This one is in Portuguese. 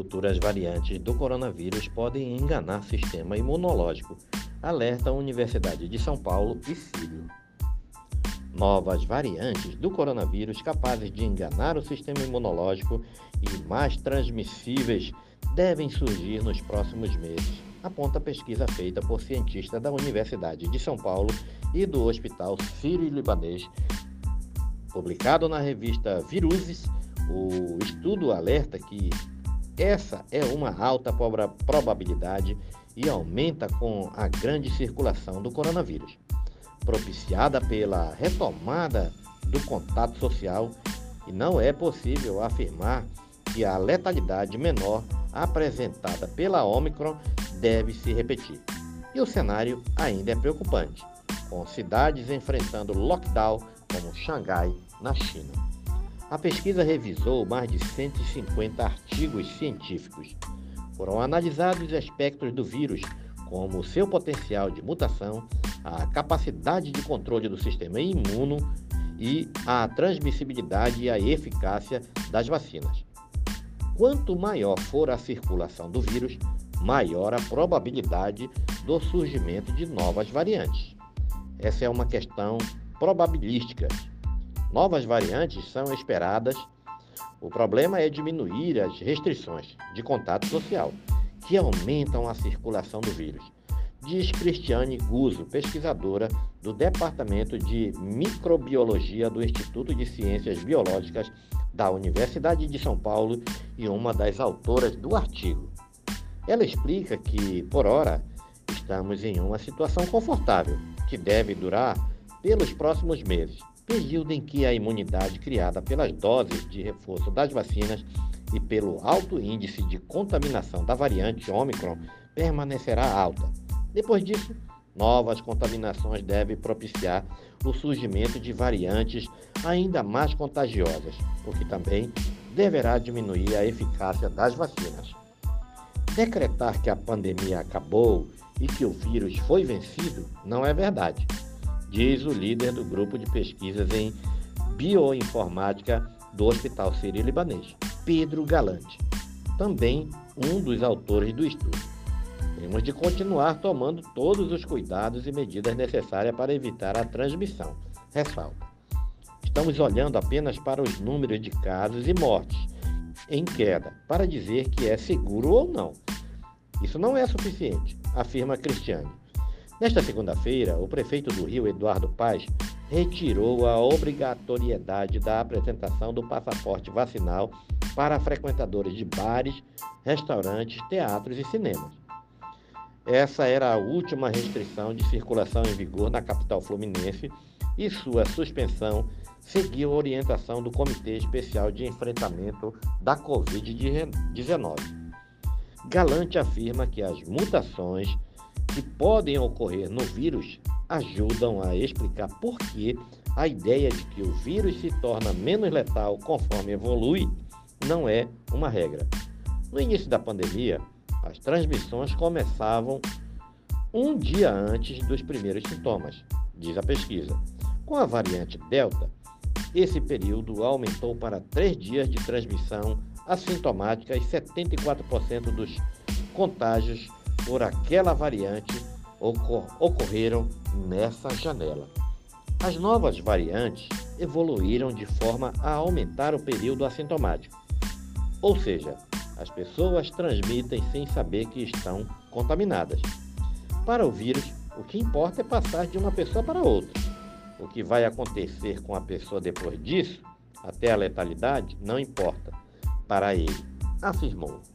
futuras variantes do coronavírus podem enganar o sistema imunológico, alerta a Universidade de São Paulo e Sírio. Novas variantes do coronavírus capazes de enganar o sistema imunológico e mais transmissíveis devem surgir nos próximos meses, aponta a pesquisa feita por cientistas da Universidade de São Paulo e do Hospital Sírio-Libanês. Publicado na revista Viruses, o estudo alerta que essa é uma alta probabilidade e aumenta com a grande circulação do coronavírus, propiciada pela retomada do contato social, e não é possível afirmar que a letalidade menor apresentada pela Ômicron deve se repetir. E o cenário ainda é preocupante, com cidades enfrentando lockdown como Xangai, na China. A pesquisa revisou mais de 150 artigos científicos. Foram analisados aspectos do vírus, como seu potencial de mutação, a capacidade de controle do sistema imune e a transmissibilidade e a eficácia das vacinas. Quanto maior for a circulação do vírus, maior a probabilidade do surgimento de novas variantes. Essa é uma questão probabilística. Novas variantes são esperadas. O problema é diminuir as restrições de contato social, que aumentam a circulação do vírus, diz Cristiane Guzzo, pesquisadora do Departamento de Microbiologia do Instituto de Ciências Biológicas da Universidade de São Paulo e uma das autoras do artigo. Ela explica que, por ora, estamos em uma situação confortável, que deve durar pelos próximos meses, período em que a imunidade criada pelas doses de reforço das vacinas e pelo alto índice de contaminação da variante Ômicron permanecerá alta. Depois disso, novas contaminações devem propiciar o surgimento de variantes ainda mais contagiosas, o que também deverá diminuir a eficácia das vacinas. Decretar que a pandemia acabou e que o vírus foi vencido não é verdade, diz o líder do grupo de pesquisas em bioinformática do Hospital Sírio-Libanês, Pedro Galante, também um dos autores do estudo. Temos de continuar tomando todos os cuidados e medidas necessárias para evitar a transmissão, ressalta. Estamos olhando apenas para os números de casos e mortes em queda para dizer que é seguro ou não. Isso não é suficiente, afirma Cristiane. Nesta segunda-feira, o prefeito do Rio, Eduardo Paes, retirou a obrigatoriedade da apresentação do passaporte vacinal para frequentadores de bares, restaurantes, teatros e cinemas. Essa era a última restrição de circulação em vigor na capital fluminense e sua suspensão seguiu a orientação do Comitê Especial de Enfrentamento da Covid-19. Galante afirma que as mutações que podem ocorrer no vírus ajudam a explicar por que a ideia de que o vírus se torna menos letal conforme evolui não é uma regra. No início da pandemia, as transmissões começavam um dia antes dos primeiros sintomas, diz a pesquisa. Com a variante Delta, esse período aumentou para 3 dias de transmissão assintomática e 74% dos contágios por aquela variante ocorreram nessa janela. As novas variantes evoluíram de forma a aumentar o período assintomático, ou seja, as pessoas transmitem sem saber que estão contaminadas. Para o vírus, o que importa é passar de uma pessoa para outra. O que vai acontecer com a pessoa depois disso, até a letalidade, não importa para ele, afirmou.